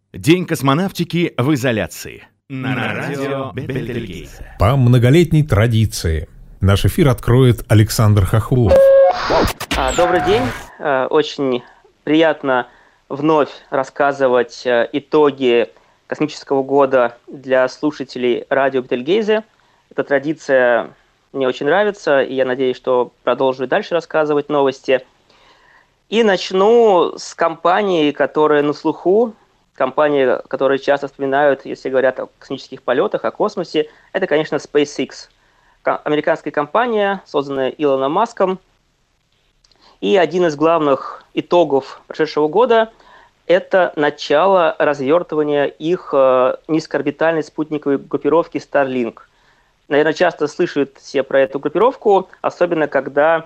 День космонавтики в изоляции. На радио Бетельгейзе. По многолетней традиции наш эфир откроет Александр Хохлов. Добрый день. Очень приятно вновь рассказывать итоги космического года для слушателей радио Бетельгейзе. Эта традиция мне очень нравится, и я надеюсь, что продолжу и дальше рассказывать новости. И начну с компании, которая на слуху, компании, которые часто вспоминают, если говорят о космических полетах, о космосе. Это, конечно, SpaceX. Американская компания, созданная Илоном Маском. И один из главных итогов прошедшего года – это начало развертывания их низкоорбитальной спутниковой группировки Starlink. Наверное, часто слышат все про эту группировку, особенно когда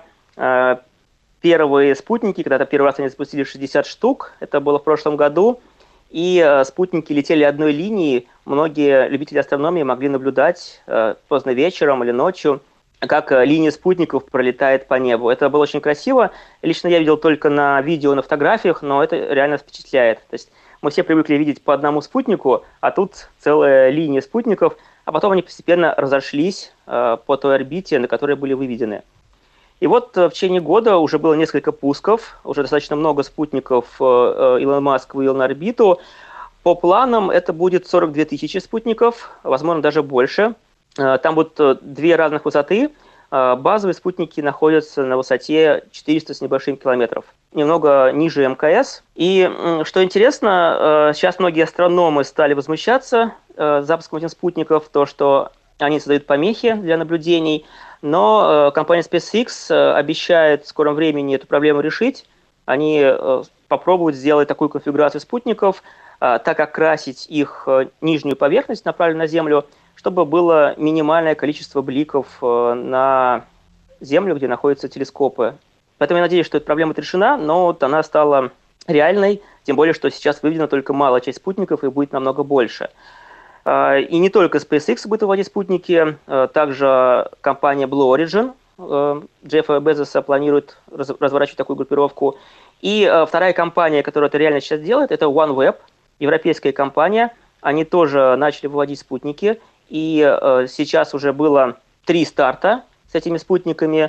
первые спутники, когда-то первый раз они запустили 60 штук, это было в прошлом году, и спутники летели одной линией. Многие любители астрономии могли наблюдать поздно вечером или ночью, как линия спутников пролетает по небу. Это было очень красиво. Лично я видел только на видео, на фотографиях, но это реально впечатляет. То есть мы все привыкли видеть по одному спутнику, а тут целая линия спутников, а потом они постепенно разошлись по той орбите, на которой были выведены. И вот в течение года уже было несколько пусков, уже достаточно много спутников Илон Маск вывел на орбиту. По планам это будет 42 тысячи спутников, возможно, даже больше. Там будут две разных высоты. Базовые спутники находятся на высоте 400 с небольшим километров, немного ниже МКС. И что интересно, сейчас многие астрономы стали возмущаться запуском этих спутников, то, что они создают помехи для наблюдений. Но компания SpaceX обещает в скором времени эту проблему решить. Они попробуют сделать такую конфигурацию спутников, так окрасить их нижнюю поверхность, направленную на Землю, чтобы было минимальное количество бликов на Землю, где находятся телескопы. Поэтому я надеюсь, что эта проблема решена, но вот она стала реальной, тем более, что сейчас выведена только малая часть спутников и будет намного больше. И не только SpaceX будет выводить спутники, также компания Blue Origin Джеффа Безоса планирует разворачивать такую группировку. И вторая компания, которая это реально сейчас делает, это OneWeb, европейская компания. Они тоже начали выводить спутники, и сейчас уже было 3 старта с этими спутниками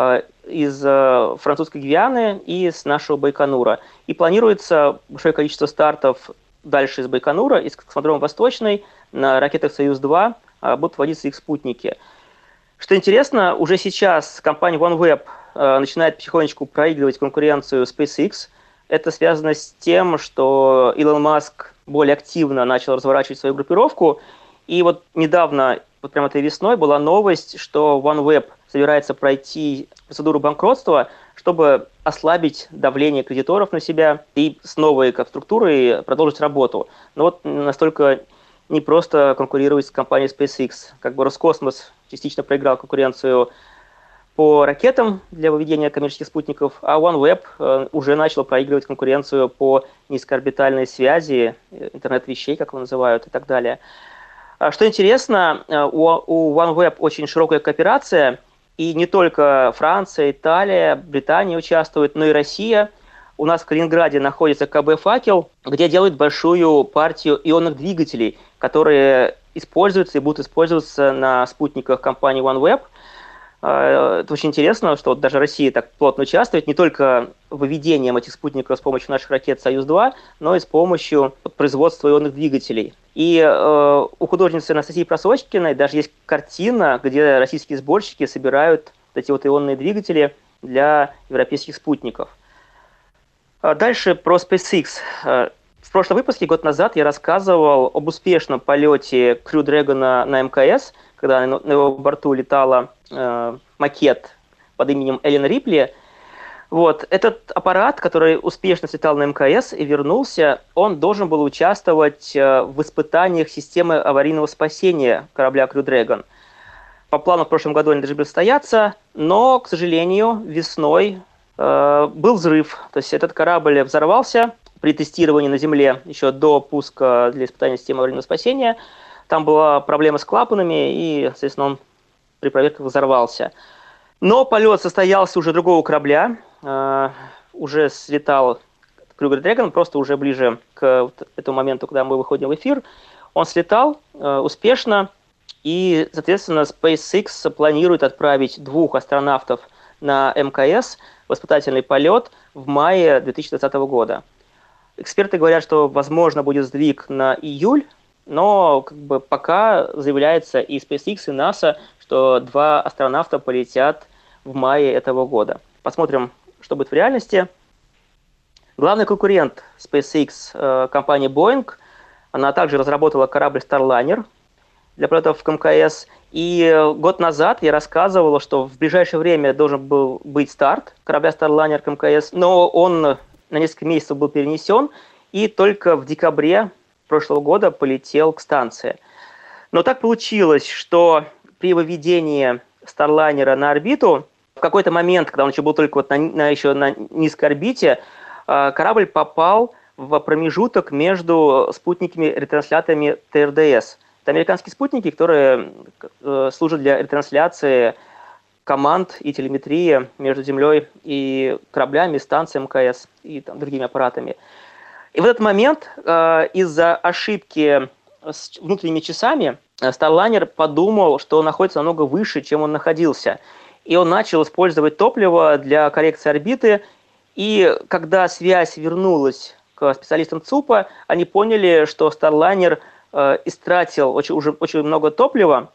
из французской Гвианы и с нашего Байконура. И планируется большое количество стартов дальше из Байконура, из космодрома Восточный, на ракетах «Союз-2» будут вводиться их спутники. Что интересно, уже сейчас компания OneWeb начинает потихонечку проигрывать конкуренцию SpaceX. Это связано с тем, что Илон Маск более активно начал разворачивать свою группировку. И вот недавно, вот прямо этой весной, была новость, что OneWeb собирается пройти процедуру банкротства, чтобы ослабить давление кредиторов на себя и с новой структурой продолжить работу. Но вот настолько не просто конкурировать с компанией SpaceX. Как бы Роскосмос частично проиграл конкуренцию по ракетам для выведения коммерческих спутников, а OneWeb уже начал проигрывать конкуренцию по низкоорбитальной связи, интернет вещей, как его называют, и так далее. Что интересно, у OneWeb очень широкая кооперация, и не только Франция, Италия, Британия участвуют, но и Россия. У нас в Калининграде находится КБ «Факел», где делают большую партию ионных двигателей, которые используются и будут использоваться на спутниках компании OneWeb. Это очень интересно, что вот даже Россия так плотно участвует не только выведением этих спутников с помощью наших ракет «Союз-2», но и с помощью производства ионных двигателей. И у художницы Анастасии Просочкиной даже есть картина, где российские сборщики собирают эти вот ионные двигатели для европейских спутников. Дальше про SpaceX. В прошлом выпуске, год назад, я рассказывал об успешном полете Crew Dragon на МКС, когда на его борту летала макет под именем Эллен Рипли. Вот. Этот аппарат, который успешно слетал на МКС и вернулся, он должен был участвовать в испытаниях системы аварийного спасения корабля Crew Dragon. По плану в прошлом году они должны были состояться, но, к сожалению, весной был взрыв. То есть этот корабль взорвался при тестировании на Земле еще до пуска для испытания системы аварийного спасения. Там была проблема с клапанами, и, соответственно, он при проверке взорвался. Но полет состоялся уже другого корабля, уже слетал Crew Dragon, просто уже ближе к вот этому моменту, когда мы выходим в эфир. Он слетал успешно, и, соответственно, SpaceX планирует отправить 2 астронавтов на МКС в испытательный полет в мае 2020 года. Эксперты говорят, что, возможно, будет сдвиг на июль, но пока заявляется и SpaceX, и NASA, что 2 астронавта полетят в мае этого года. Посмотрим, что будет в реальности. Главный конкурент SpaceX, компания Boeing, она также разработала корабль Starliner для полетов в МКС. И год назад я рассказывал, что в ближайшее время должен был быть старт корабля Starliner к МКС, но он на несколько месяцев был перенесен, и только в декабре прошлого года полетел к станции. Но так получилось, что при выведении Starliner на орбиту, в какой-то момент, когда он еще был только еще на низкой орбите, корабль попал в промежуток между спутниками-ретрансляторами ТРДС. Это американские спутники, которые служат для ретрансляции команд и телеметрии между Землей и кораблями, станцией МКС и другими аппаратами. И в этот момент из-за ошибки с внутренними часами Starliner подумал, что он находится намного выше, чем он находился. И он начал использовать топливо для коррекции орбиты. И когда связь вернулась к специалистам ЦУПа, они поняли, что Starliner истратил очень много топлива,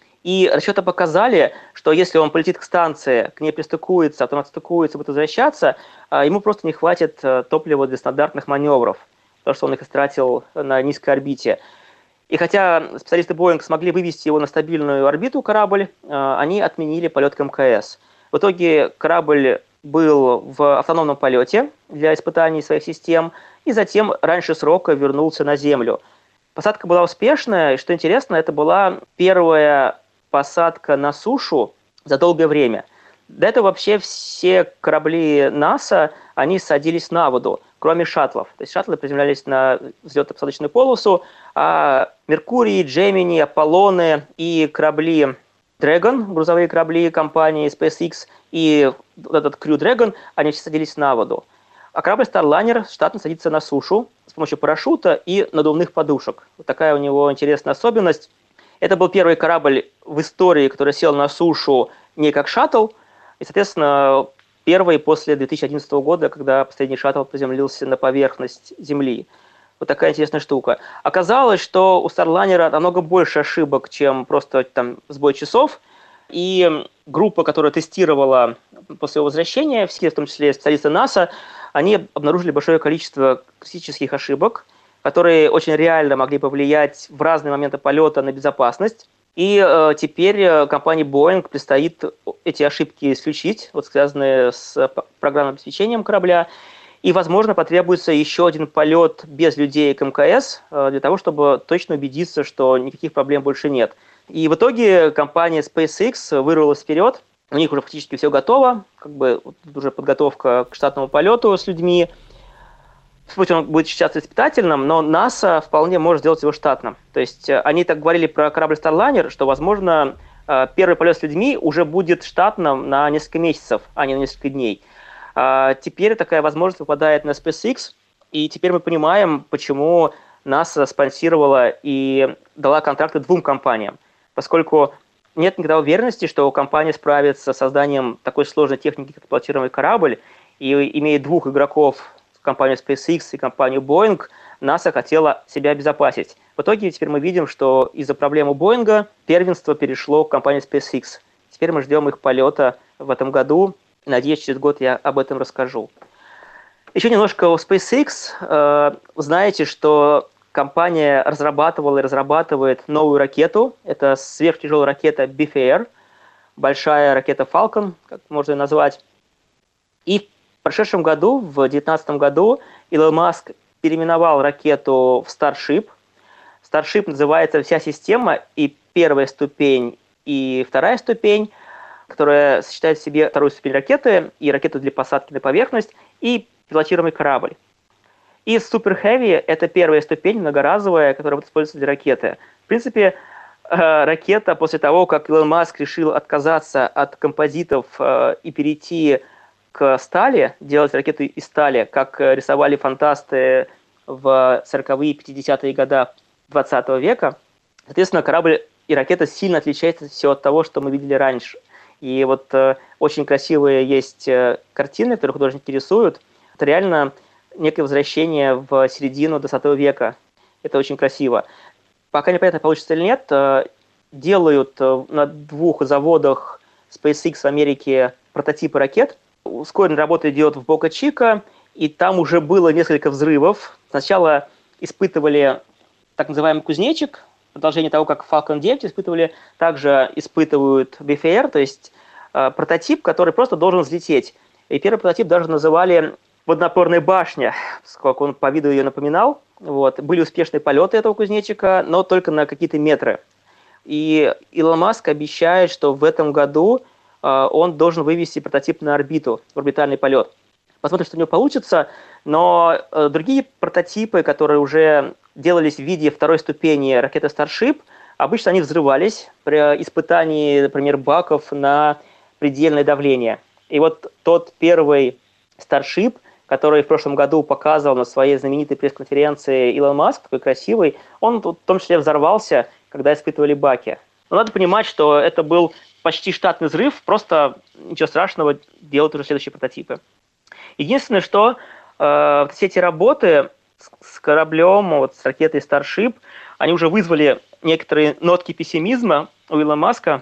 и расчеты показали, что если он полетит к станции, к ней пристыкуется, потом отстыкуется, будет возвращаться, ему просто не хватит топлива для стандартных маневров, потому что он их истратил на низкой орбите. И хотя специалисты Boeing смогли вывести его на стабильную орбиту, корабль, они отменили полет к МКС. В итоге корабль был в автономном полете для испытаний своих систем, и затем раньше срока вернулся на Землю. Посадка была успешная, и, что интересно, это была первая посадка на сушу за долгое время. До этого вообще все корабли НАСА, они садились на воду, кроме шаттлов. То есть шаттлы приземлялись на взлетно-посадочную полосу, а Меркурий, Джемини, Аполлоны и корабли Dragon, грузовые корабли компании SpaceX, и этот Crew Dragon, они все садились на воду. А корабль Starliner штатно садится на сушу с помощью парашюта и надувных подушек. Вот такая у него интересная особенность. Это был первый корабль в истории, который сел на сушу не как шаттл, и, соответственно, первый после 2011 года, когда последний шаттл приземлился на поверхность Земли. Вот такая интересная штука. Оказалось, что у Starliner намного больше ошибок, чем просто сбой часов. И группа, которая тестировала после его возвращения, все, в том числе специалисты НАСА, они обнаружили большое количество критических ошибок, которые очень реально могли повлиять в разные моменты полета на безопасность. И теперь компании Boeing предстоит эти ошибки исключить, связанные с программным обеспечением корабля. И, возможно, потребуется еще один полет без людей к МКС для того, чтобы точно убедиться, что никаких проблем больше нет. И в итоге компания SpaceX вырвалась вперед. У них уже фактически все готово, уже подготовка к штатному полету с людьми. Пусть он будет считаться испытательным, но НАСА вполне может сделать его штатным. То есть они так говорили про корабль Starliner, что, возможно, первый полет с людьми уже будет штатным на несколько месяцев, а не на несколько дней. Теперь такая возможность выпадает на SpaceX, и теперь мы понимаем, почему НАСА спонсировала и дала контракты 2 компаниям, поскольку нет никогда уверенности, что компания справится с созданием такой сложной техники, как пилотируемый корабль, и имея 2 игроков, компанию SpaceX и компанию Boeing, НАСА хотела себя обезопасить. В итоге теперь мы видим, что из-за проблемы Боинга первенство перешло к компании SpaceX. Теперь мы ждем их полета в этом году. Надеюсь, через год я об этом расскажу. Еще немножко о SpaceX. Знаете, что компания разрабатывала и разрабатывает новую ракету. Это сверхтяжелая ракета Beef Air, большая ракета Falcon, как можно ее назвать. И в прошедшем году, в 2019 году, Илон Маск переименовал ракету в Starship. Starship называется вся система, и первая ступень, и вторая ступень, которая сочетает в себе вторую ступень ракеты и ракету для посадки на поверхность, и пилотируемый корабль. И Super Heavy – это первая ступень, многоразовая, которая будет использоваться для ракеты. В принципе, ракета после того, как Илон Маск решил отказаться от композитов и перейти к стали, делать ракеты из стали, как рисовали фантасты в 40-е и 50-е годы 20 века. Соответственно, корабль и ракета сильно отличаются все от того, что мы видели раньше. И вот очень красивые есть картины, которые художники рисуют. Это реально некое возвращение в середину 20 века. Это очень красиво. Пока непонятно, получится или нет, делают на 2 заводах SpaceX в Америке прототипы ракет. Ускоренная работа идет в Бока-Чика, и там уже было несколько взрывов. Сначала испытывали так называемый кузнечик, продолжение того, как Falcon 9 испытывали. Также испытывают BFR, то есть прототип, который просто должен взлететь. И первый прототип даже называли водонапорная башня, поскольку он по виду ее напоминал. Вот. Были успешные полеты этого кузнечика, но только на какие-то метры. И Илон Маск обещает, что в этом году он должен вывести прототип на орбиту, в орбитальный полет. Посмотрим, что у него получится. Но другие прототипы, которые уже делались в виде 2-й ступени ракеты Starship, обычно они взрывались при испытании, например, баков на предельное давление. И вот тот первый Starship, который в прошлом году показывал на своей знаменитой пресс-конференции Илон Маск, такой красивый, он в том числе взорвался, когда испытывали баки. Но надо понимать, что это был почти штатный взрыв, просто ничего страшного, делают уже следующие прототипы. Единственное, что все эти работы с кораблем, вот, с ракетой Starship, они уже вызвали некоторые нотки пессимизма у Илона Маска,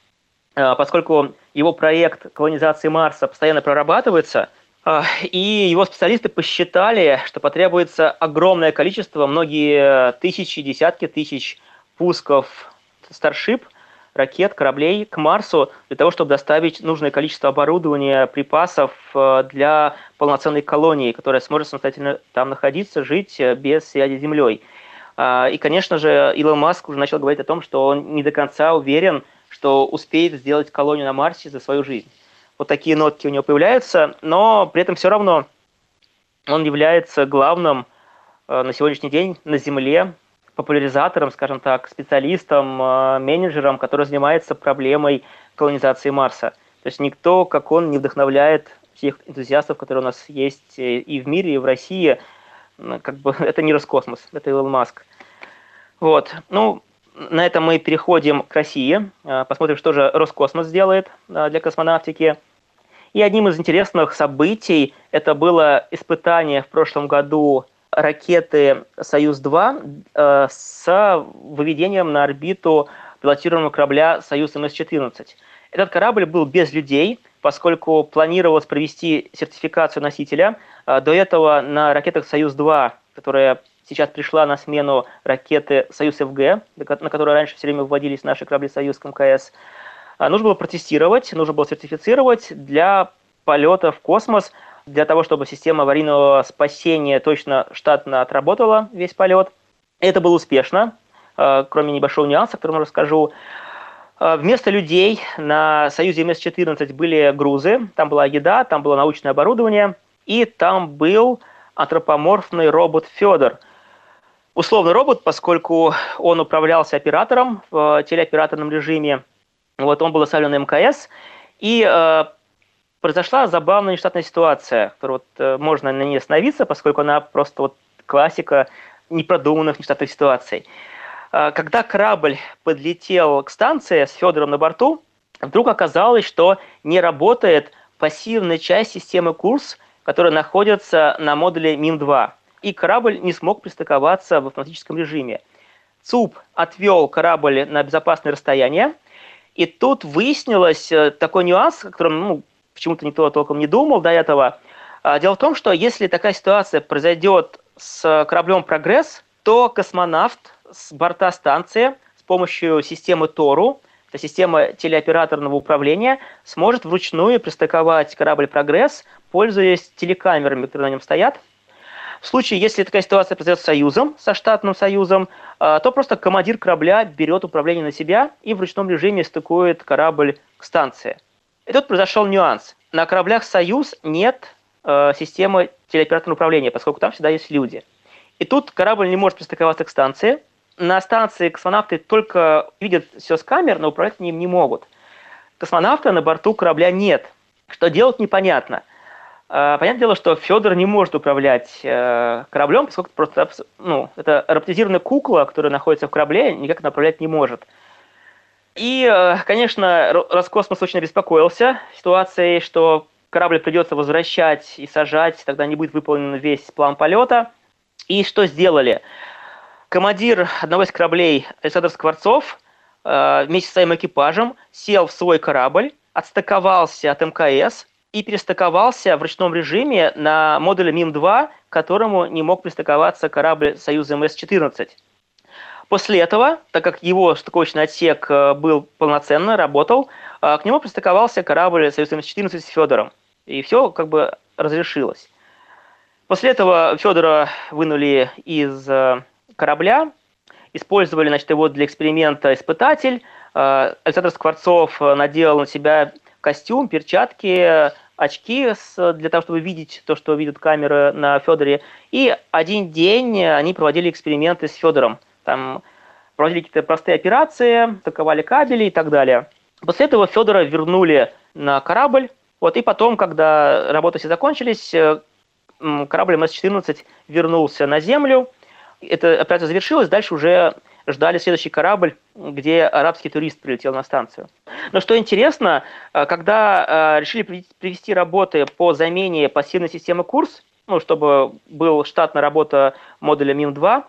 поскольку его проект колонизации Марса постоянно прорабатывается, и его специалисты посчитали, что потребуется огромное количество, многие тысячи, десятки тысяч пусков Starship, ракет, кораблей к Марсу для того, чтобы доставить нужное количество оборудования, припасов для полноценной колонии, которая сможет самостоятельно там находиться, жить без связи с Землей. И, конечно же, Илон Маск уже начал говорить о том, что он не до конца уверен, что успеет сделать колонию на Марсе за свою жизнь. Вот такие нотки у него появляются, но при этом все равно он является главным на сегодняшний день на Земле популяризатором, скажем так, специалистом, менеджером, который занимается проблемой колонизации Марса. То есть никто, как он, не вдохновляет всех энтузиастов, которые у нас есть и в мире, и в России. Как бы это не Роскосмос, это Илон Маск. Вот. Ну, на этом мы переходим к России. Посмотрим, что же Роскосмос сделает для космонавтики. И одним из интересных событий это было испытание в прошлом году ракеты «Союз-2» с выведением на орбиту пилотируемого корабля «Союз-МС-14». Этот корабль был без людей, поскольку планировалось провести сертификацию носителя. До этого на ракетах «Союз-2», которая сейчас пришла на смену ракеты «Союз-ФГ», на которые раньше все время вводились наши корабли «Союз» к МКС, нужно было протестировать, нужно было сертифицировать для полета в космос, для того, чтобы система аварийного спасения точно штатно отработала весь полет. Это было успешно, кроме небольшого нюанса, о котором я расскажу. Вместо людей на «Союзе МС-14» были грузы, там была еда, там было научное оборудование, и там был антропоморфный робот Федор. Условный робот, поскольку он управлялся оператором в телеоператорном режиме. Вот он был оставлен на МКС, и произошла забавная нештатная ситуация, которую можно на ней остановиться, поскольку она просто классика непродуманных нештатных ситуаций. Когда корабль подлетел к станции с Федором на борту, вдруг оказалось, что не работает пассивная часть системы курс, которая находится на модуле МИМ-2, и корабль не смог пристыковаться в автоматическом режиме. ЦУП отвел корабль на безопасное расстояние, и тут выяснилось такой нюанс, о котором почему-то никто толком не думал до этого. Дело в том, что если такая ситуация произойдет с кораблем «Прогресс», то космонавт с борта станции с помощью системы ТОРУ, это система телеоператорного управления, сможет вручную пристыковать корабль «Прогресс», пользуясь телекамерами, которые на нем стоят. В случае, если такая ситуация произойдет с «Союзом», со штатным «Союзом», то просто командир корабля берет управление на себя и в ручном режиме стыкует корабль к станции. И тут произошел нюанс. На кораблях «Союз» нет системы телеоператорного управления, поскольку там всегда есть люди. И тут корабль не может пристыковаться к станции. На станции космонавты только видят все с камер, но управлять ним не могут. Космонавта на борту корабля нет. Что делать, непонятно. Понятное дело, что Федор не может управлять кораблем, поскольку просто это роботизированная кукла, которая находится в корабле, никак она управлять не может. И, конечно, Роскосмос очень обеспокоился ситуацией, что корабль придется возвращать и сажать, тогда не будет выполнен весь план полета. И что сделали? Командир одного из кораблей Александр Скворцов вместе со своим экипажем сел в свой корабль, отстыковался от МКС и перестыковался в ручном режиме на модуле МИМ-2, к которому не мог пристыковаться корабль «Союз МС-14». После этого, так как его стыковочный отсек был полноценно, работал, к нему пристыковался корабль «Союз МС-14» с Федором. И все как бы разрешилось. После этого Федора вынули из корабля, использовали, значит, его для эксперимента испытатель. Александр Скворцов надел на себя костюм, перчатки, очки для того, чтобы видеть то, что видят камеры на Федоре. И один день они проводили эксперименты с Федором. Там проводили какие-то простые операции, стыковали кабели и так далее. После этого Федора вернули на корабль. И потом, когда работы все закончились, корабль МС-14 вернулся на Землю. Эта операция завершилась, дальше уже ждали следующий корабль, где арабский турист прилетел на станцию. Но что интересно, когда решили провести работы по замене пассивной системы «Курс», чтобы была штатная работа модуля МИМ-2,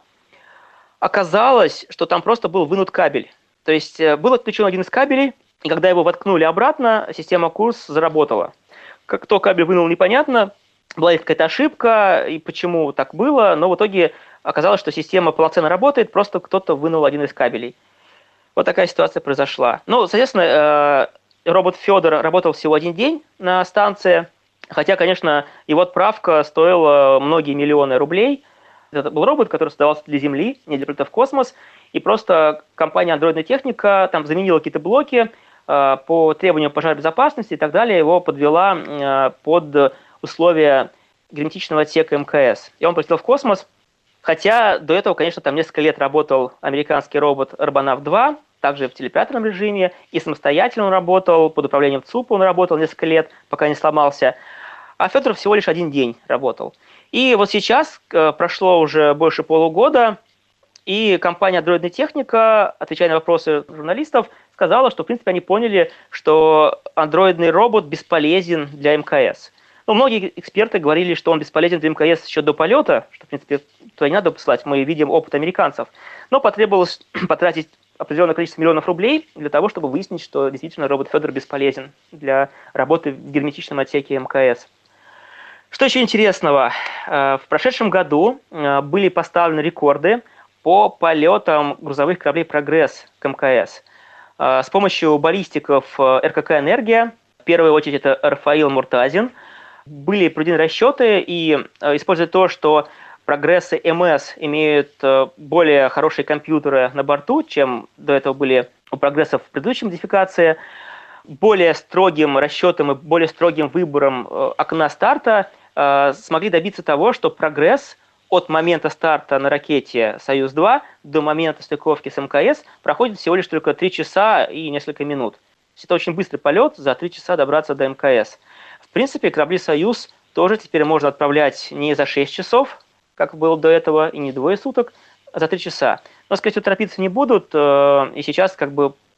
оказалось, что там просто был вынут кабель. То есть был отключен один из кабелей, и когда его воткнули обратно, система «Курс» заработала. Кто кабель вынул, непонятно, была какая-то ошибка, и почему так было, но в итоге оказалось, что система полноценно работает, просто кто-то вынул один из кабелей. Вот такая ситуация произошла. Соответственно, робот Федор работал всего один день на станции, хотя, конечно, его отправка стоила многие миллионы рублей. Это был робот, который создавался для Земли, не для полета в космос, и просто компания «Андроидная техника» там заменила какие-то блоки по требованиям пожаробезопасности и так далее, его подвела под условия герметичного отсека МКС. И он полетел в космос, хотя до этого, конечно, там несколько лет работал американский робот Арбонавт-2, также в телеоператорном режиме, и самостоятельно он работал, под управлением ЦУПа он работал несколько лет, пока не сломался. А Федор всего лишь один день работал. И вот сейчас прошло уже больше полугода, и компания «Андроидная техника», отвечая на вопросы журналистов, сказала, что, в принципе, они поняли, что андроидный робот бесполезен для МКС. Многие эксперты говорили, что он бесполезен для МКС еще до полета, что, в принципе, туда не надо посылать, мы видим опыт американцев. Но потребовалось потратить определенное количество миллионов рублей для того, чтобы выяснить, что действительно робот Федор бесполезен для работы в герметичном отсеке МКС. Что еще интересного? В прошедшем году были поставлены рекорды по полетам грузовых кораблей «Прогресс» к МКС. С помощью баллистиков РКК «Энергия», в первую очередь это Рафаил Муртазин, были проведены расчеты, и используя то, что «Прогрессы МС» имеют более хорошие компьютеры на борту, чем до этого были у «Прогрессов» в предыдущей модификации, более строгим расчетом и более строгим выбором окна старта смогли добиться того, что «Прогресс» от момента старта на ракете «Союз-2» до момента стыковки с МКС проходит всего лишь только 3 часа и несколько минут. Это очень быстрый полет, за 3 часа добраться до МКС. В принципе, корабли «Союз» тоже теперь можно отправлять не за 6 часов, как было до этого, и не 2 суток, а за 3 часа. Но, скорее всего, торопиться не будут, и сейчас с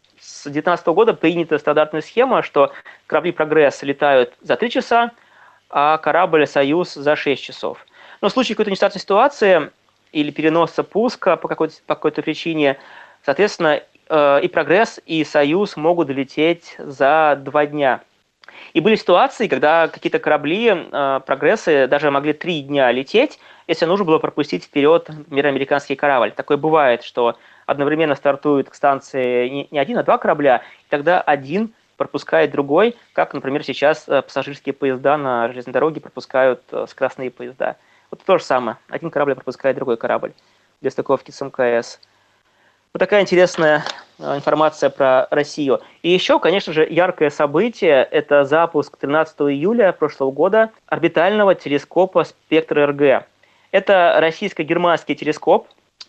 2019 года принята стандартная схема, что корабли «Прогресс» летают за 3 часа, а корабль «Союз» за 6 часов. Но в случае какой-то нестандартной ситуации или переноса пуска по какой-то причине, соответственно, и «Прогресс», и «Союз» могут долететь за 2 дня. И были ситуации, когда какие-то корабли, «Прогрессы» даже могли 3 дня лететь, если нужно было пропустить вперед, например, американский корабль. Такое бывает, что одновременно стартует к станции не 1, а 2 корабля, и тогда один пропускает другой, как, например, сейчас пассажирские поезда на железной дороге пропускают скоростные поезда. Вот то же самое. Один корабль пропускает другой корабль для стыковки с МКС. Вот такая интересная информация про Россию. И еще, конечно же, яркое событие – это запуск 13 июля прошлого года орбитального телескопа «Спектр-РГ». Это российско-германский телескоп.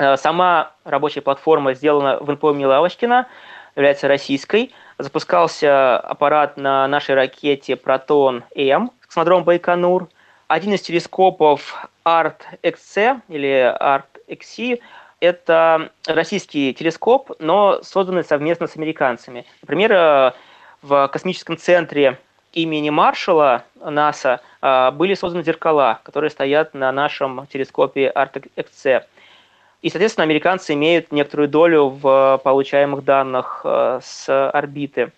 Сама рабочая платформа сделана в НПО имени Лавочкина, является российской. Запускался аппарат на нашей ракете «Протон-М», космодром Байконур. Один из телескопов ART-XC или ART-XC – это российский телескоп, но созданный совместно с американцами. Например, в космическом центре имени Маршалла НАСА были созданы зеркала, которые стоят на нашем телескопе ART-XC. И, соответственно, американцы имеют некоторую долю в получаемых данных с орбиты.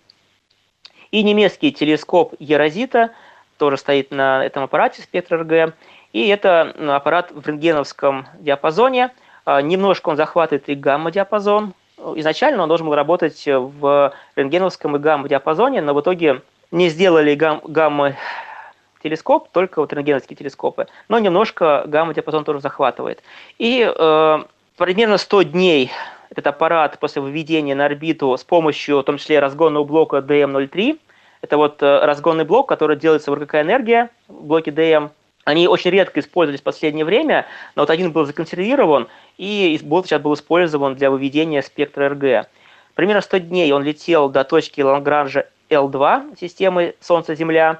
И немецкий телескоп Ерозита тоже стоит на этом аппарате «Спектр-РГ». И это аппарат в рентгеновском диапазоне. Немножко он захватывает и гамма-диапазон. Изначально он должен был работать в рентгеновском и гамма-диапазоне, но в итоге не сделали гамма-телескоп, только вот рентгеновские телескопы, но немножко гамма-диапазон тоже захватывает. И примерно 100 дней этот аппарат после выведения на орбиту с помощью, в том числе, разгонного блока DM03, это вот разгонный блок, который делается в РКК «Энергия», в блоке DM, они очень редко использовались в последнее время, но вот один был законсервирован и сейчас был использован для выведения спектра РГ. Примерно 100 дней он летел до точки Лагранжа L2 системы Солнце-Земля.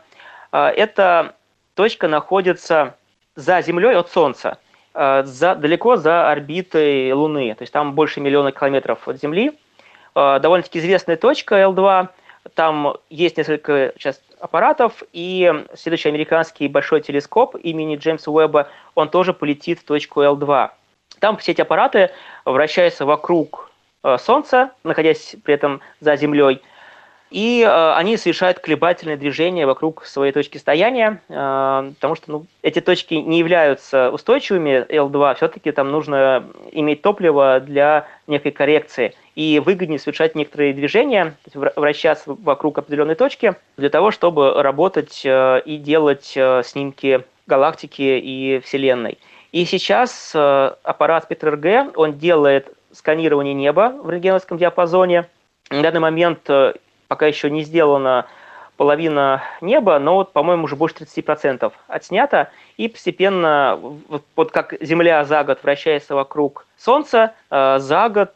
Эта точка находится за Землей от Солнца, далеко за орбитой Луны, то есть там больше миллиона километров от Земли. Довольно-таки известная точка L2, там есть несколько сейчас аппаратов, и следующий американский большой телескоп имени Джеймса Уэбба, он тоже полетит в точку L2. Там все эти аппараты вращаются вокруг Солнца, находясь при этом за Землей, и они совершают колебательные движения вокруг своей точки стояния, потому что эти точки не являются устойчивыми, L2, все-таки там нужно иметь топливо для некой коррекции. И выгоднее совершать некоторые движения, вращаться вокруг определенной точки, для того, чтобы работать и делать снимки галактики и Вселенной. И сейчас аппарат Спектр-РГ, он делает сканирование неба в рентгеновском диапазоне. На данный момент пока еще не сделана половина неба, но, вот, по-моему, уже больше 30% отснято. И постепенно, вот как Земля за год вращается вокруг Солнца, за год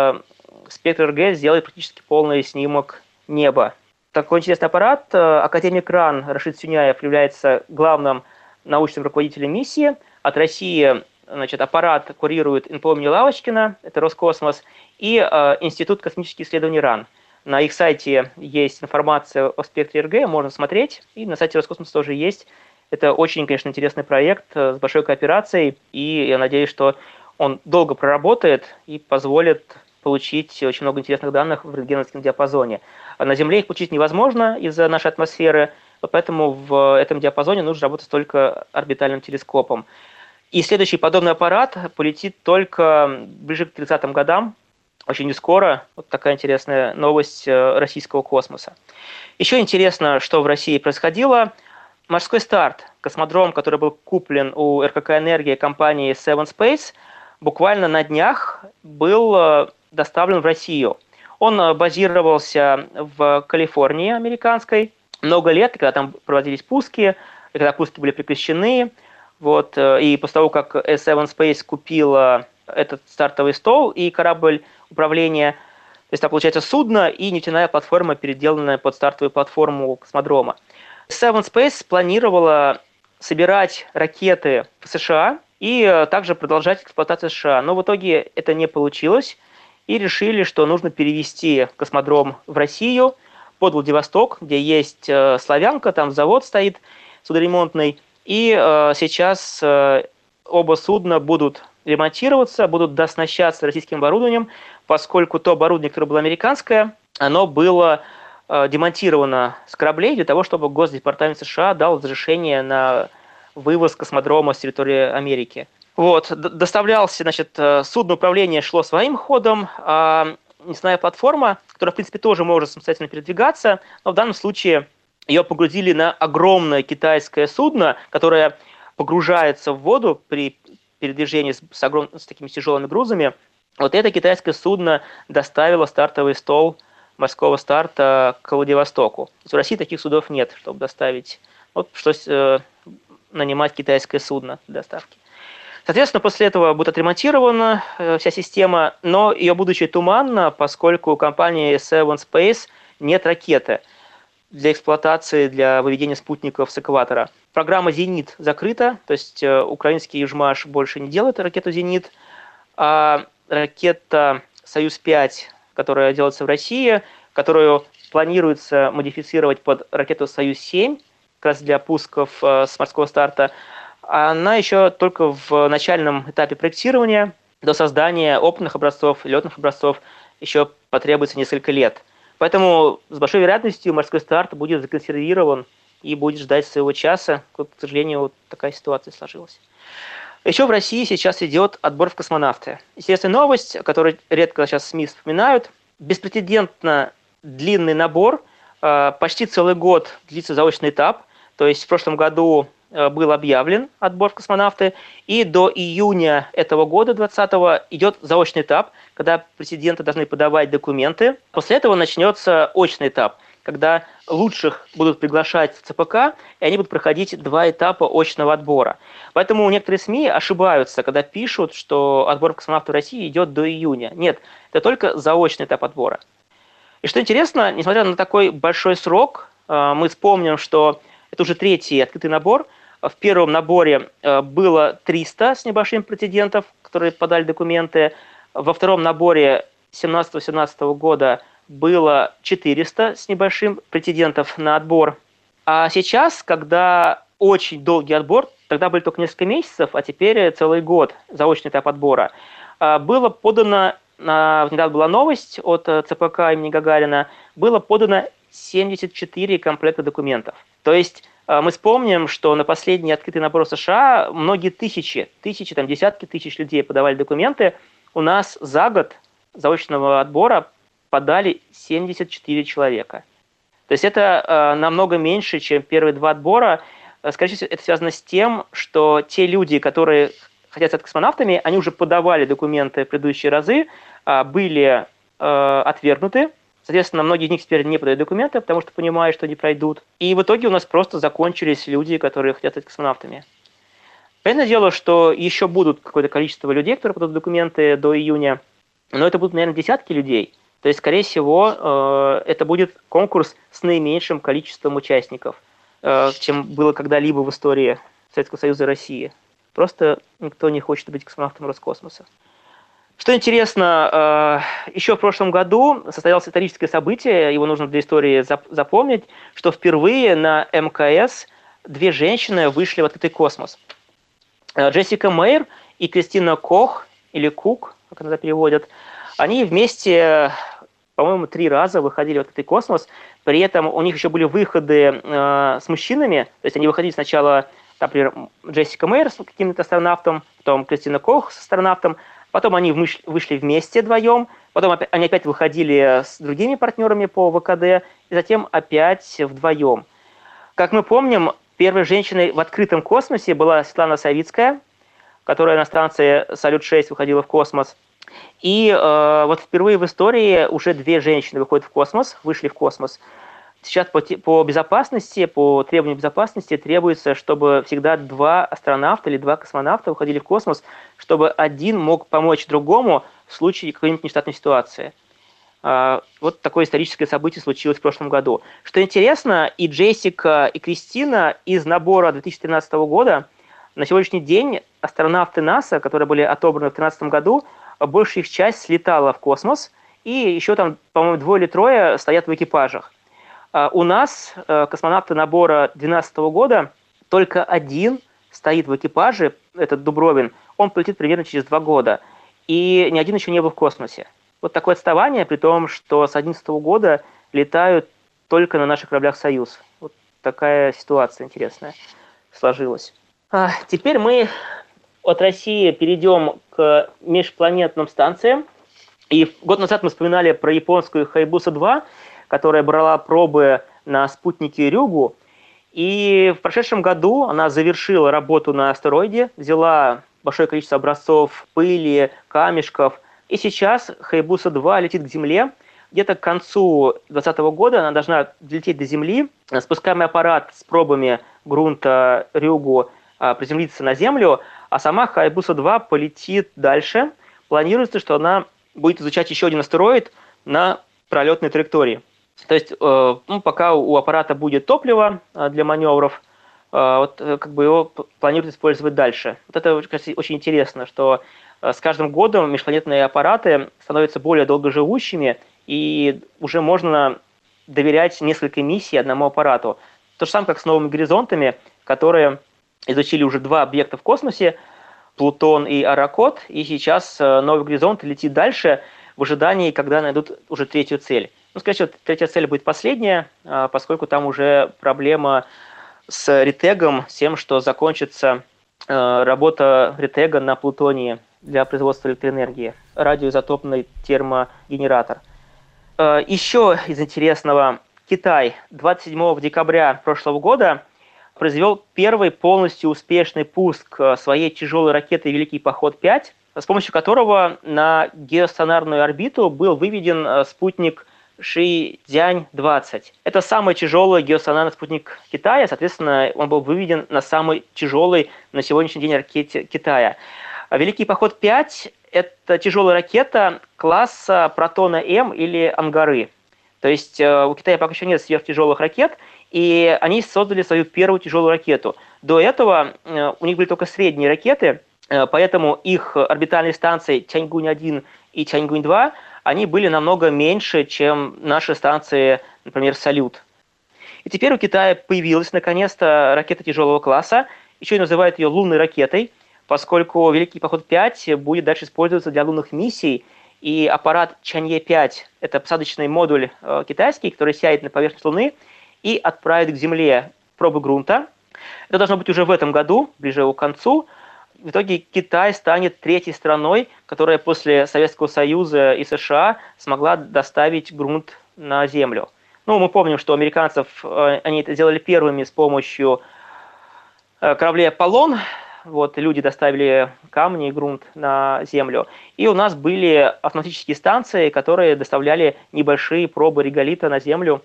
Спектр-РГ сделает практически полный снимок неба. Такой интересный аппарат. Академик РАН Рашид Сюняев является главным научным руководителем миссии. От России аппарат курирует НПО имени Лавочкина, это Роскосмос, и Институт космических исследований РАН. На их сайте есть информация о спектре РГ, можно смотреть, и на сайте Роскосмоса тоже есть. Это очень, конечно, интересный проект с большой кооперацией, и я надеюсь, что он долго проработает и позволит получить очень много интересных данных в рентгеновском диапазоне. На Земле их получить невозможно из-за нашей атмосферы, поэтому в этом диапазоне нужно работать только орбитальным телескопом. И следующий подобный аппарат полетит только ближе к 30-м годам, очень не скоро. Вот такая интересная новость российского космоса. Еще интересно, что в России происходило. Морской старт, космодром, который был куплен у РКК «Энергия» компании Seven Space, буквально на днях был доставлен в Россию. Он базировался в Калифорнии американской много лет, когда там проводились пуски, и когда пуски были прекращены. Вот, и после того, как Seven Space купила этот стартовый стол и корабль управления, то есть там получается судно и нефтяная платформа, переделанная под стартовую платформу космодрома. Seven Space планировала собирать ракеты в США и также продолжать эксплуатацию США. Но в итоге это не получилось, и решили, что нужно перевести космодром в Россию, под Владивосток, где есть Славянка, там завод стоит судоремонтный, и сейчас оба судна будут ремонтироваться, будут дооснащаться российским оборудованием, поскольку то оборудование, которое было американское, оно было демонтировано с кораблей для того, чтобы Госдепартамент США дал разрешение на вывоз космодрома с территории Америки. Вот, доставлялся, судно управления шло своим ходом, а нефтяная платформа, которая, в принципе, тоже может самостоятельно передвигаться, но в данном случае ее погрузили на огромное китайское судно, которое погружается в воду при передвижении с такими тяжелыми грузами. Вот это китайское судно доставило стартовый стол морского старта к Владивостоку. То есть в России таких судов нет, чтобы доставить. Вот пришлось нанимать китайское судно для доставки. Соответственно, после этого будет отремонтирована вся система, но ее будущее туманно, поскольку у компании Seven Space нет ракеты. для эксплуатации, для выведения спутников с экватора. Программа «Зенит» закрыта, то есть украинский Южмаш больше не делает ракету «Зенит», а ракета «Союз-5», которая делается в России, которую планируется модифицировать под ракету «Союз-7», как раз для пусков с морского старта, она еще только в начальном этапе проектирования. До создания опытных образцов, летных образцов еще потребуется несколько лет. Поэтому с большой вероятностью морской старт будет законсервирован и будет ждать своего часа. К сожалению, вот такая ситуация сложилась. Еще в России сейчас идет отбор в космонавты. Интересная новость, которую редко сейчас СМИ вспоминают. Беспрецедентно длинный набор, почти целый год длится заочный этап. То есть в прошлом году был объявлен отбор в космонавты, и до июня этого года, 2020-го, идет заочный этап, когда претенденты должны подавать документы. После этого начнется очный этап, когда лучших будут приглашать в ЦПК, и они будут проходить 2 этапа очного отбора. Поэтому некоторые СМИ ошибаются, когда пишут, что отбор в космонавты в России идет до июня. Нет, это только заочный этап отбора. И что интересно, несмотря на такой большой срок, мы вспомним, что это уже 3-й открытый набор. В первом наборе было 300 с небольшим претендентов, которые подали документы. Во втором наборе 2017-2017 года было 400 с небольшим претендентов на отбор. А сейчас, когда очень долгий отбор, тогда были только несколько месяцев, а теперь целый год, заочный этап отбора, было подано, недавно была новость от ЦПК имени Гагарина, было подано 74 комплекта документов. То есть мы вспомним, что на последний открытый набор США многие тысячи, там десятки тысяч людей подавали документы. У нас за год заочного отбора подали 74 человека. То есть это намного меньше, чем первые 2 отбора. Скорее всего, это связано с тем, что те люди, которые хотят стать космонавтами, они уже подавали документы в предыдущие разы, были отвергнуты. Соответственно, многие из них теперь не подают документы, потому что понимают, что не пройдут. И в итоге у нас просто закончились люди, которые хотят стать космонавтами. Понятное дело, что еще будут какое-то количество людей, которые подадут документы до июня, но это будут, наверное, десятки людей. То есть, скорее всего, это будет конкурс с наименьшим количеством участников, чем было когда-либо в истории Советского Союза и России. Просто никто не хочет быть космонавтом Роскосмоса. Что интересно, еще в прошлом году состоялось историческое событие, его нужно для истории запомнить, что впервые на МКС 2 женщины вышли в открытый космос. Джессика Мейер и Кристина Кох, или Кук, как иногда переводят, они вместе, по-моему, 3 раза выходили в открытый космос, при этом у них еще были выходы с мужчинами, то есть они выходили сначала, например, Джессика Мейер с каким-то астронавтом, потом Кристина Кох с астронавтом, потом они вышли вместе вдвоем, потом они опять выходили с другими партнерами по ВКД, и затем опять вдвоем. Как мы помним, первой женщиной в открытом космосе была Светлана Савицкая, которая на станции «Салют-6» выходила в космос. И вот впервые в истории уже 2 женщины выходят в космос, вышли в космос. Сейчас по безопасности, по требованию безопасности требуется, чтобы всегда 2 астронавта или 2 космонавта выходили в космос, чтобы один мог помочь другому в случае какой-нибудь нештатной ситуации. Вот такое историческое событие случилось в прошлом году. Что интересно, и Джессика, и Кристина из набора 2013 года на сегодняшний день астронавты НАСА, которые были отобраны в 2013 году, большая их часть слетала в космос, и еще там, по-моему, 2 или 3 стоят в экипажах. У нас космонавты набора 2012 года только 1 стоит в экипаже, этот Дубровин, он полетит примерно через 2 года, и ни один еще не был в космосе. Вот такое отставание, при том, что с 2011 года летают только на наших кораблях «Союз». Вот такая ситуация интересная сложилась. Теперь мы от России перейдем к межпланетным станциям. И год назад мы вспоминали про японскую Хайбуса-2, которая брала пробы на спутнике Рюгу. И в прошедшем году она завершила работу на астероиде, взяла большое количество образцов пыли, камешков. И сейчас Хайбуса-2 летит к Земле. Где-то к концу 2020 года она должна долететь до Земли. Спускаемый аппарат с пробами грунта Рюгу приземлится на Землю, а сама Хайбуса-2 полетит дальше. Планируется, что она будет изучать еще один астероид на пролетной траектории. То есть, пока у аппарата будет топливо для маневров, его планируют использовать дальше. Вот это, кажется, очень интересно, что с каждым годом межпланетные аппараты становятся более долгоживущими, и уже можно доверять несколько миссий одному аппарату. То же самое, как с новыми горизонтами, которые изучили уже 2 объекта в космосе, Плутон и Аракот, и сейчас новый горизонт летит дальше в ожидании, когда найдут уже 3-ю цель. Скорее всего, 3-я цель будет последняя, поскольку там уже проблема с ретегом, с тем, что закончится работа ретега на Плутонии для производства электроэнергии, радиоизотопный термогенератор. Еще из интересного, Китай 27 декабря прошлого года произвел первый полностью успешный пуск своей тяжелой ракеты «Великий поход-5», с помощью которого на геостационарную орбиту был выведен спутник Шидзянь-20. Это самый тяжелый геостационарный спутник Китая, соответственно, он был выведен на самой тяжелой на сегодняшний день ракете Китая. «Великий поход-5» — это тяжелая ракета класса «Протона-М» или «Ангары». То есть у Китая пока еще нет сверхтяжелых ракет, и они создали свою первую тяжелую ракету. До этого у них были только средние ракеты, поэтому их орбитальные станции Тяньгунь-1 и Тяньгунь-2 они были намного меньше, чем наши станции, например, «Салют». И теперь у Китая появилась наконец-то ракета тяжелого класса, еще и называют ее лунной ракетой, поскольку «Великий поход-5» будет дальше использоваться для лунных миссий, и аппарат Чанье-5 – это посадочный модуль китайский, который сядет на поверхность Луны и отправит к Земле пробы грунта. Это должно быть уже в этом году, ближе к концу. В итоге Китай станет 3-й страной, которая после Советского Союза и США смогла доставить грунт на Землю. Мы помним, что у американцев они это сделали первыми с помощью кораблей «Аполлон». Люди доставили камни и грунт на Землю. И у нас были автоматические станции, которые доставляли небольшие пробы реголита на Землю.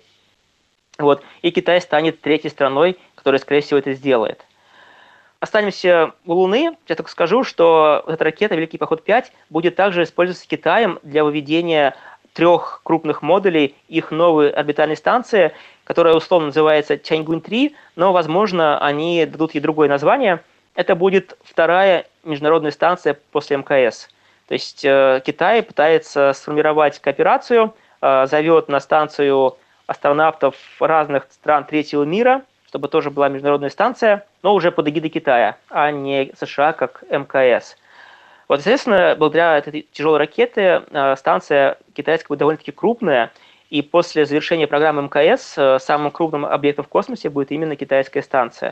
И Китай станет 3-й страной, которая, скорее всего, это сделает. Останемся у Луны. Я только скажу, что эта ракета «Великий поход-5» будет также использоваться Китаем для выведения 3 крупных модулей их новой орбитальной станции, которая условно называется Тяньгунь-3, но, возможно, они дадут ей другое название. Это будет 2-я международная станция после МКС. То есть Китай пытается сформировать кооперацию, зовет на станцию астронавтов разных стран 3-го мира, чтобы тоже была международная станция, но уже под эгидой Китая, а не США, как МКС. Естественно, благодаря этой тяжелой ракете станция китайская будет довольно-таки крупная, и после завершения программы МКС самым крупным объектом в космосе будет именно китайская станция.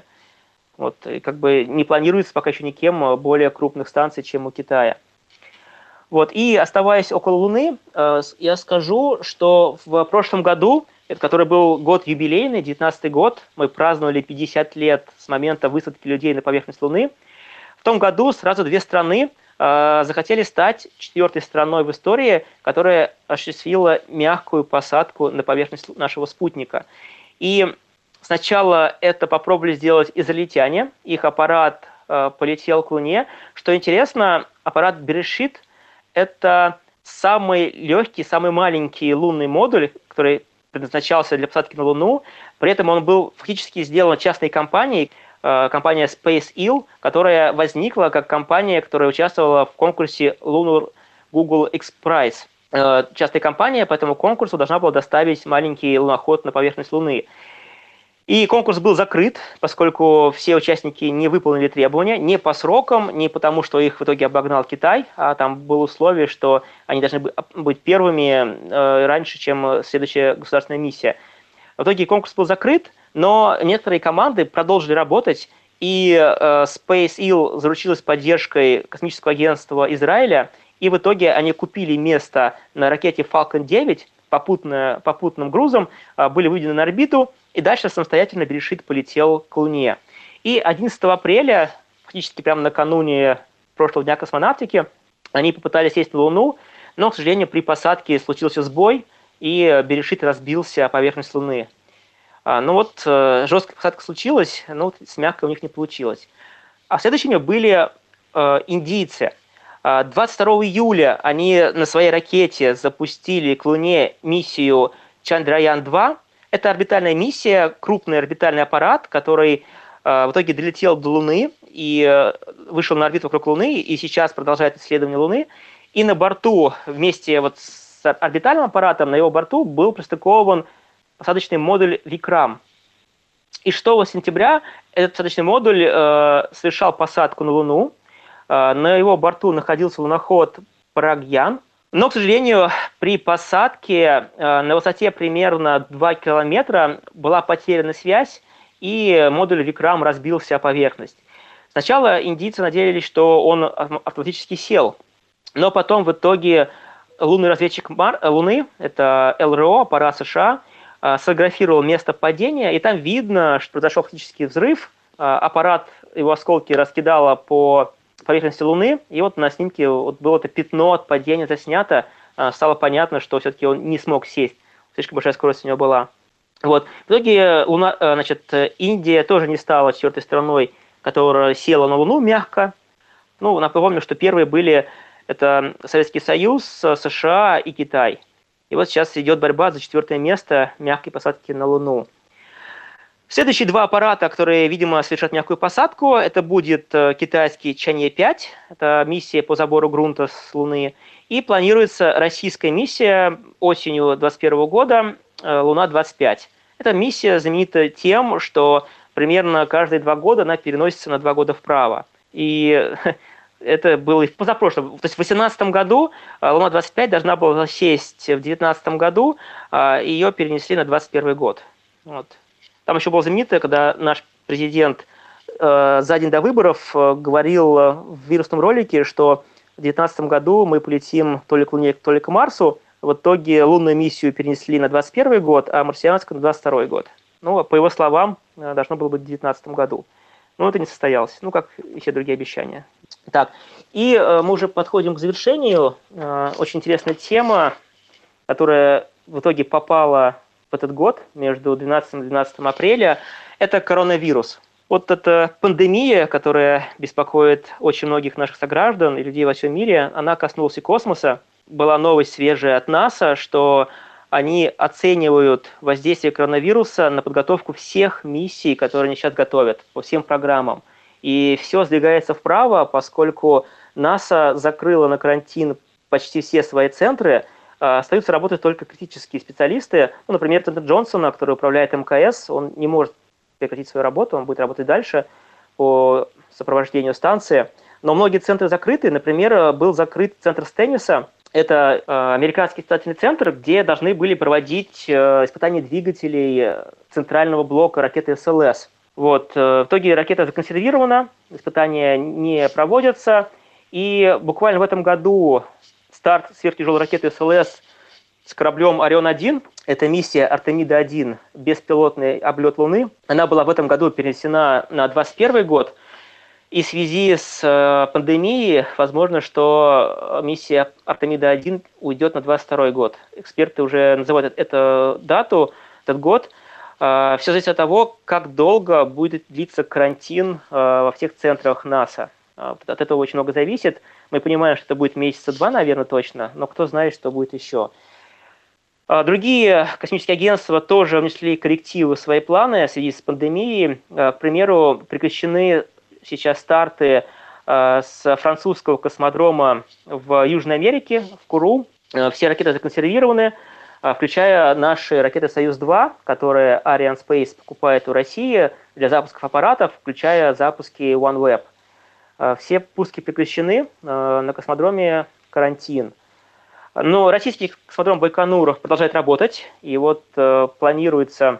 И не планируется пока еще никем более крупных станций, чем у Китая. И оставаясь около Луны, я скажу, что в прошлом году, который был год юбилейный, 19-й год, мы праздновали 50 лет с момента высадки людей на поверхность Луны. В том году сразу 2 страны захотели стать 4-й страной в истории, которая осуществила мягкую посадку на поверхность нашего спутника. И сначала это попробовали сделать израильтяне, их аппарат полетел к Луне. Что интересно, аппарат Берешит – это самый легкий, самый маленький лунный модуль, который предназначался для посадки на Луну. При этом он был фактически сделан частной компанией, компания SpaceIL, которая возникла как компания, которая участвовала в конкурсе Lunar Google X Prize. Частная компания по этому конкурсу должна была доставить маленький луноход на поверхность Луны. И конкурс был закрыт, поскольку все участники не выполнили требования, не по срокам, не потому, что их в итоге обогнал Китай, а там было условие, что они должны быть первыми раньше, чем следующая государственная миссия. В итоге конкурс был закрыт, но некоторые команды продолжили работать, и SpaceIL заручилась поддержкой космического агентства Израиля, и в итоге они купили место на ракете Falcon 9, попутным грузом, были выведены на орбиту, и дальше самостоятельно Берешит полетел к Луне. И 11 апреля, фактически прямо накануне прошлого дня космонавтики, они попытались сесть на Луну, но, к сожалению, при посадке случился сбой, и Берешит разбился о поверхность Луны. Жесткая посадка случилась, но с мягкой у них не получилось. А в следующий день были индийцы. 22 июля они на своей ракете запустили к Луне миссию Чандраян-2. Это орбитальная миссия, крупный орбитальный аппарат, который в итоге долетел до Луны и вышел на орбиту вокруг Луны, и сейчас продолжает исследование Луны. И на борту, вместе вот с орбитальным аппаратом, на его борту был пристыкован посадочный модуль Викрам. И 6 сентября этот посадочный модуль совершал посадку на Луну. На его борту находился луноход Прагьян. Но, к сожалению, при посадке на высоте примерно 2 километра была потеряна связь, и модуль Викрам разбился о поверхность. Сначала индийцы надеялись, что он автоматически сел, но потом в итоге лунный разведчик Луны, это ЛРО, аппарат США, сфотографировал место падения, и там видно, что произошел фактический взрыв, аппарат, его осколки раскидало по поверхности Луны, и вот на снимке вот было это пятно от падения заснято, стало понятно, что все-таки он не смог сесть, слишком большая скорость у него была. Вот. В итоге Индия тоже не стала четвертой страной, которая села на Луну мягко. Ну, напомню, что первые были это Советский Союз, США и Китай. И вот сейчас идет борьба за 4 место мягкой посадки на Луну. Следующие 2 аппарата, которые, видимо, совершат мягкую посадку, это будет китайский Чанъэ-5, это миссия по забору грунта с Луны, и планируется российская миссия осенью 2021 года Луна-25. Эта миссия знаменита тем, что примерно каждые 2 года она переносится на 2 года вправо. И это было и в позапрошлом. То есть в 2018 году Луна-25 должна была сесть в 2019 году, ее перенесли на 2021 год. Вот. Там еще было знаменито, когда наш президент за день до выборов говорил в вирусном ролике, что в 2019 году мы полетим то ли к Луне, то ли к Марсу. В итоге лунную миссию перенесли на 2021 год, а марсианскую на 2022 год. Ну, по его словам, должно было быть в 2019 году. Но это не состоялось, ну, как и все другие обещания. Так, и мы уже подходим к завершению. Очень интересная тема, которая в итоге попала в этот год, между 12 и 12 апреля, это коронавирус. Вот эта пандемия, которая беспокоит очень многих наших сограждан и людей во всем мире, она коснулась и космоса. Была новость свежая от НАСА, что они оценивают воздействие коронавируса на подготовку всех миссий, которые они сейчас готовят, по всем программам. И все сдвигается вправо, поскольку НАСА закрыла на карантин почти все свои центры, остаются работать только критические специалисты. Ну, например, Центр Джонсона, который управляет МКС, он не может прекратить свою работу, он будет работать дальше по сопровождению станции. Но многие центры закрыты. Например, был закрыт центр Стенниса. Это американский испытательный центр, где должны были проводить испытания двигателей центрального блока ракеты СЛС. Вот. В итоге ракета законсервирована, испытания не проводятся. И буквально в этом году старт сверхтяжелой ракеты СЛС с кораблем «Орион-1», это миссия «Артемида-1», беспилотный облет Луны, она была в этом году перенесена на 2021 год. И в связи с пандемией возможно, что миссия «Артемида-1» уйдет на 2022 год. Эксперты уже называют эту дату, этот год. Все зависит от того, как долго будет длиться карантин во всех центрах НАСА. От этого очень много зависит. Мы понимаем, что это будет месяца 2, наверное, точно, но кто знает, что будет еще. Другие космические агентства тоже внесли коррективы в свои планы в связи с пандемией. К примеру, прекращены сейчас старты с французского космодрома в Южной Америке, в Куру. Все ракеты законсервированы, включая наши ракеты «Союз-2», которые Arianespace покупает у России для запусков аппаратов, включая запуски OneWeb. Все пуски прекращены, на космодроме карантин. Но российский космодром Байконур продолжает работать, и вот планируется,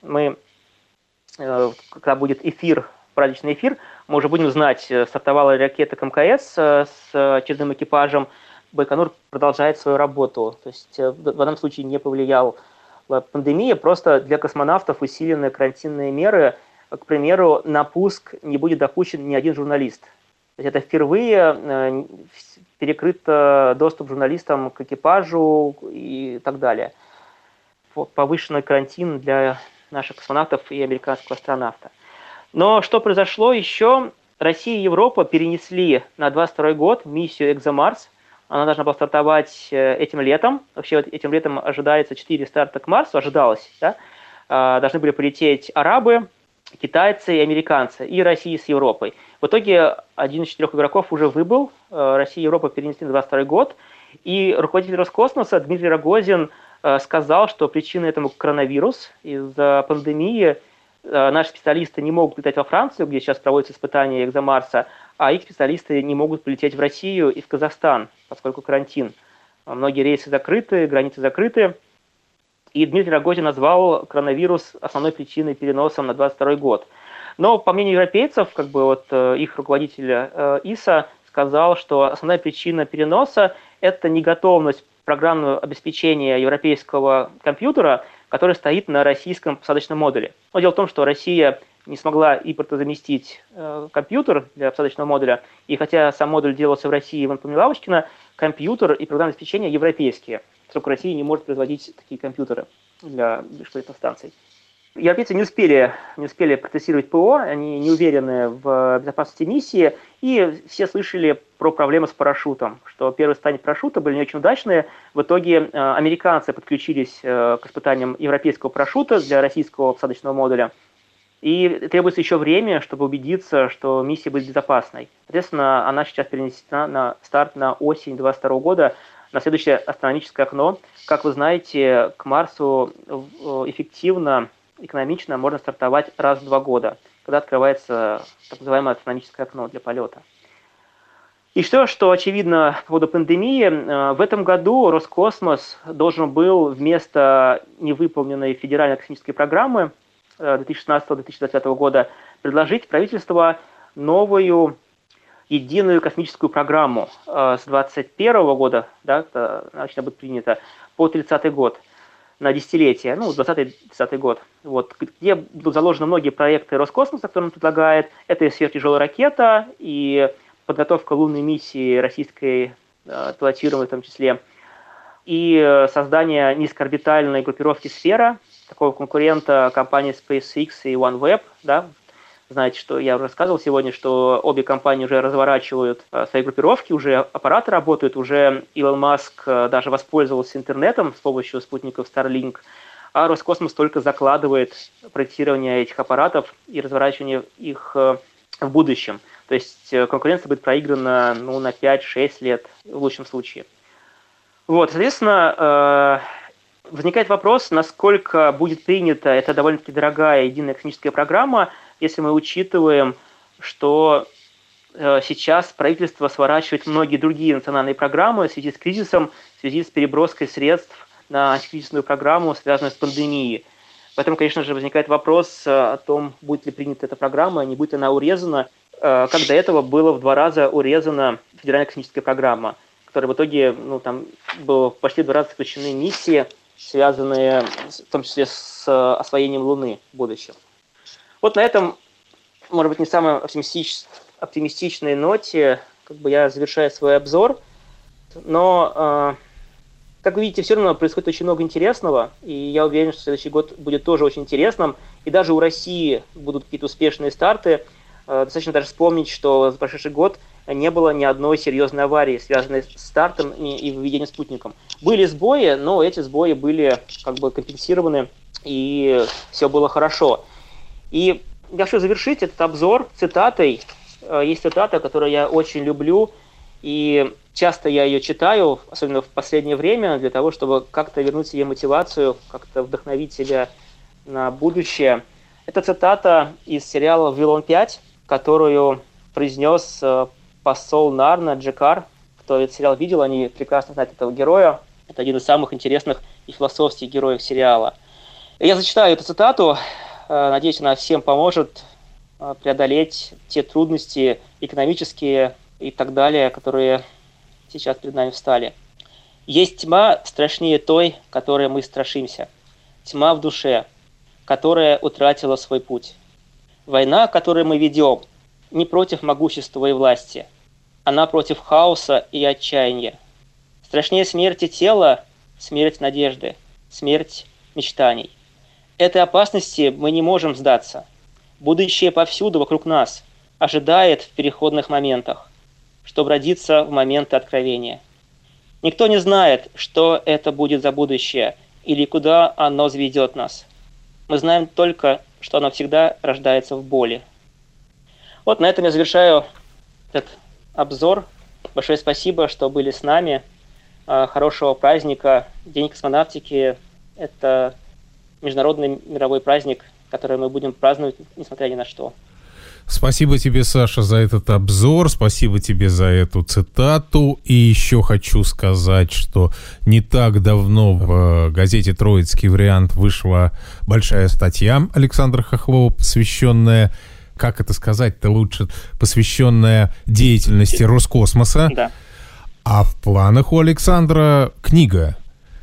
когда будет праздничный эфир, мы уже будем знать, стартовала ракета КМКС с очередным экипажем. Байконур продолжает свою работу. То есть в данном случае не повлияла пандемия, просто для космонавтов усиленные карантинные меры. К примеру, на пуск не будет допущен ни один журналист. То есть это впервые перекрыт доступ журналистам к экипажу и так далее. Повышенный карантин для наших космонавтов и американского астронавта. Но что произошло еще? Россия и Европа перенесли на 2022 год миссию «Экзомарс». Она должна была стартовать этим летом. Вообще этим летом ожидается 4 старта к Марсу, ожидалось, да? Должны были полететь арабы, китайцы и американцы, и Россия с Европой. В итоге один из 4 игроков уже выбыл, Россия и Европа перенесли на 2022 год, и руководитель Роскосмоса Дмитрий Рогозин сказал, что причиной этому коронавирус. Из-за пандемии наши специалисты не могут летать во Францию, где сейчас проводятся испытания экзомарса, а их специалисты не могут полететь в Россию и в Казахстан, поскольку карантин. Многие рейсы закрыты, границы закрыты. И Дмитрий Рогозин назвал коронавирус основной причиной переноса на 2022 год. Но, по мнению европейцев, их руководитель ИСА сказал, что основная причина переноса – это неготовность программного обеспечения европейского компьютера, который стоит на российском посадочном модуле. Но дело в том, что Россия не смогла импортозаместить компьютер для посадочного модуля, и хотя сам модуль делался в России в инфомне Лавочкина, компьютер и программное обеспечение европейские, поскольку Россия не может производить такие компьютеры для межпланетных станций. Европейцы не успели протестировать ПО, они не уверены в безопасности миссии, и все слышали про проблемы с парашютом, что первые испытания парашюта были не очень удачные. В итоге американцы подключились к испытаниям европейского парашюта для российского посадочного модуля, и требуется еще время, чтобы убедиться, что миссия будет безопасной. Соответственно, она сейчас перенесена на старт на осень 2022 года, на следующее астрономическое окно. Как вы знаете, к Марсу эффективно, экономично можно стартовать раз в 2 года, когда открывается так называемое астрономическое окно для полета. И что очевидно по поводу пандемии, в этом году Роскосмос должен был вместо невыполненной федеральной космической программы 2016-2020 года предложить правительству новую единую космическую программу с 2021 года, да, начало быть принято, по 30 год, на десятилетие, 20-30 год, где будут заложены многие проекты Роскосмоса, которые он предлагает. Это и сверхтяжелая ракета, и подготовка лунной миссии российской, пилотируемой в том числе, и создание низкоорбитальной группировки «Сфера», такого конкурента компании SpaceX и OneWeb. Да. Знаете, что я уже рассказывал сегодня, что обе компании уже разворачивают свои группировки, уже аппараты работают, уже Илон Маск даже воспользовался интернетом с помощью спутников Starlink, а Роскосмос только закладывает проектирование этих аппаратов и разворачивание их в будущем. То есть конкуренция будет проиграна на 5-6 лет в лучшем случае. Соответственно, возникает вопрос, насколько будет принята эта довольно-таки дорогая единая космическая программа, если мы учитываем, что сейчас правительство сворачивает многие другие национальные программы в связи с кризисом, в связи с переброской средств на антикризисную программу, связанную с пандемией. Поэтому, конечно же, возникает вопрос о том, будет ли принята эта программа, не будет она урезана, как до этого было в 2 раза урезана федеральная космическая программа, которая в итоге, там было почти в 2 раза исключены миссии, связанные в том числе с освоением Луны в будущем. На этом, может быть, не самой оптимистичной ноте, я завершаю свой обзор, но, как вы видите, все равно происходит очень много интересного, и я уверен, что следующий год будет тоже очень интересным, и даже у России будут какие-то успешные старты. Достаточно даже вспомнить, что за прошедший год не было ни одной серьезной аварии, связанной с стартом и выведением спутником. Были сбои, но эти сбои были компенсированы, и все было хорошо. И я хочу завершить этот обзор цитатой. Есть цитата, которую я очень люблю, и часто я ее читаю, особенно в последнее время, для того, чтобы как-то вернуть себе мотивацию, как-то вдохновить себя на будущее. Это цитата из сериала «Вавилон 5», которую произнес посол Нарна Джекар. Кто этот сериал видел, они прекрасно знают этого героя. Это один из самых интересных и философских героев сериала. Я зачитаю эту цитату. Надеюсь, она всем поможет преодолеть те трудности экономические и так далее, которые сейчас перед нами встали. «Есть тьма страшнее той, которой мы страшимся. Тьма в душе, которая утратила свой путь. Война, которую мы ведем, не против могущества и власти. Она против хаоса и отчаяния. Страшнее смерти тела – смерть надежды, смерть мечтаний. Этой опасности мы не можем сдаться. Будущее повсюду вокруг нас ожидает в переходных моментах, чтобы родиться в моменты откровения. Никто не знает, что это будет за будущее или куда оно заведет нас. Мы знаем только, что оно всегда рождается в боли. Вот на этом я завершаю этот обзор. Большое спасибо, что были с нами. Хорошего праздника. День космонавтики – это международный мировой праздник, который мы будем праздновать, несмотря ни на что. Спасибо тебе, Саша, за этот обзор, спасибо тебе за эту цитату. И еще хочу сказать, что не так давно в газете «Троицкий вариант» вышла большая статья Александра Хохлова, посвященная, как это сказать-то лучше, посвященная деятельности Роскосмоса. Да. А в планах у Александра книга.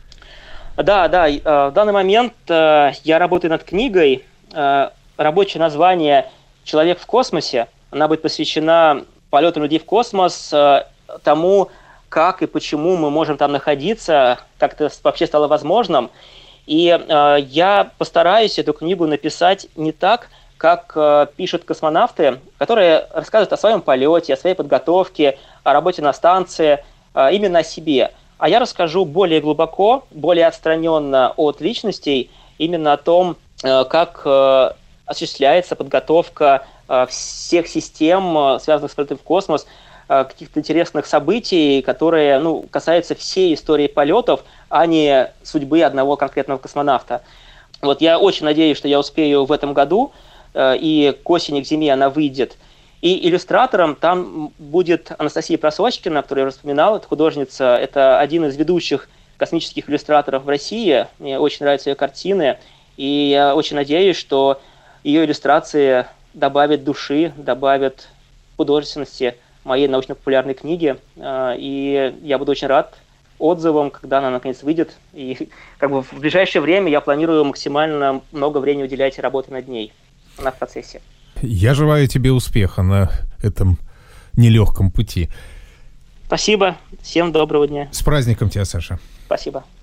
Да, в данный момент я работаю над книгой. Рабочее название «Человек в космосе». Она будет посвящена полету людей в космос, тому, как и почему мы можем там находиться, как это вообще стало возможным. И я постараюсь эту книгу написать не так, как пишут космонавты, которые рассказывают о своем полете, о своей подготовке, о работе на станции, именно о себе. А я расскажу более глубоко, более отстраненно от личностей, именно о том, как осуществляется подготовка всех систем, связанных с полетом в космос, каких-то интересных событий, которые касаются всей истории полетов, а не судьбы одного конкретного космонавта. Вот я очень надеюсь, что я успею в этом году, и к осени, к зиме она выйдет. И иллюстратором там будет Анастасия Просочкина, которую я уже вспоминал, это художница, это один из ведущих космических иллюстраторов в России. Мне очень нравятся ее картины, и я очень надеюсь, что ее иллюстрации добавят души, добавят художественности моей научно-популярной книге. И я буду очень рад отзывам, когда она наконец выйдет. И в ближайшее время я планирую максимально много времени уделять работе над ней. Она в процессе. Я желаю тебе успеха на этом нелегком пути. Спасибо. Всем доброго дня. С праздником тебя, Саша. Спасибо.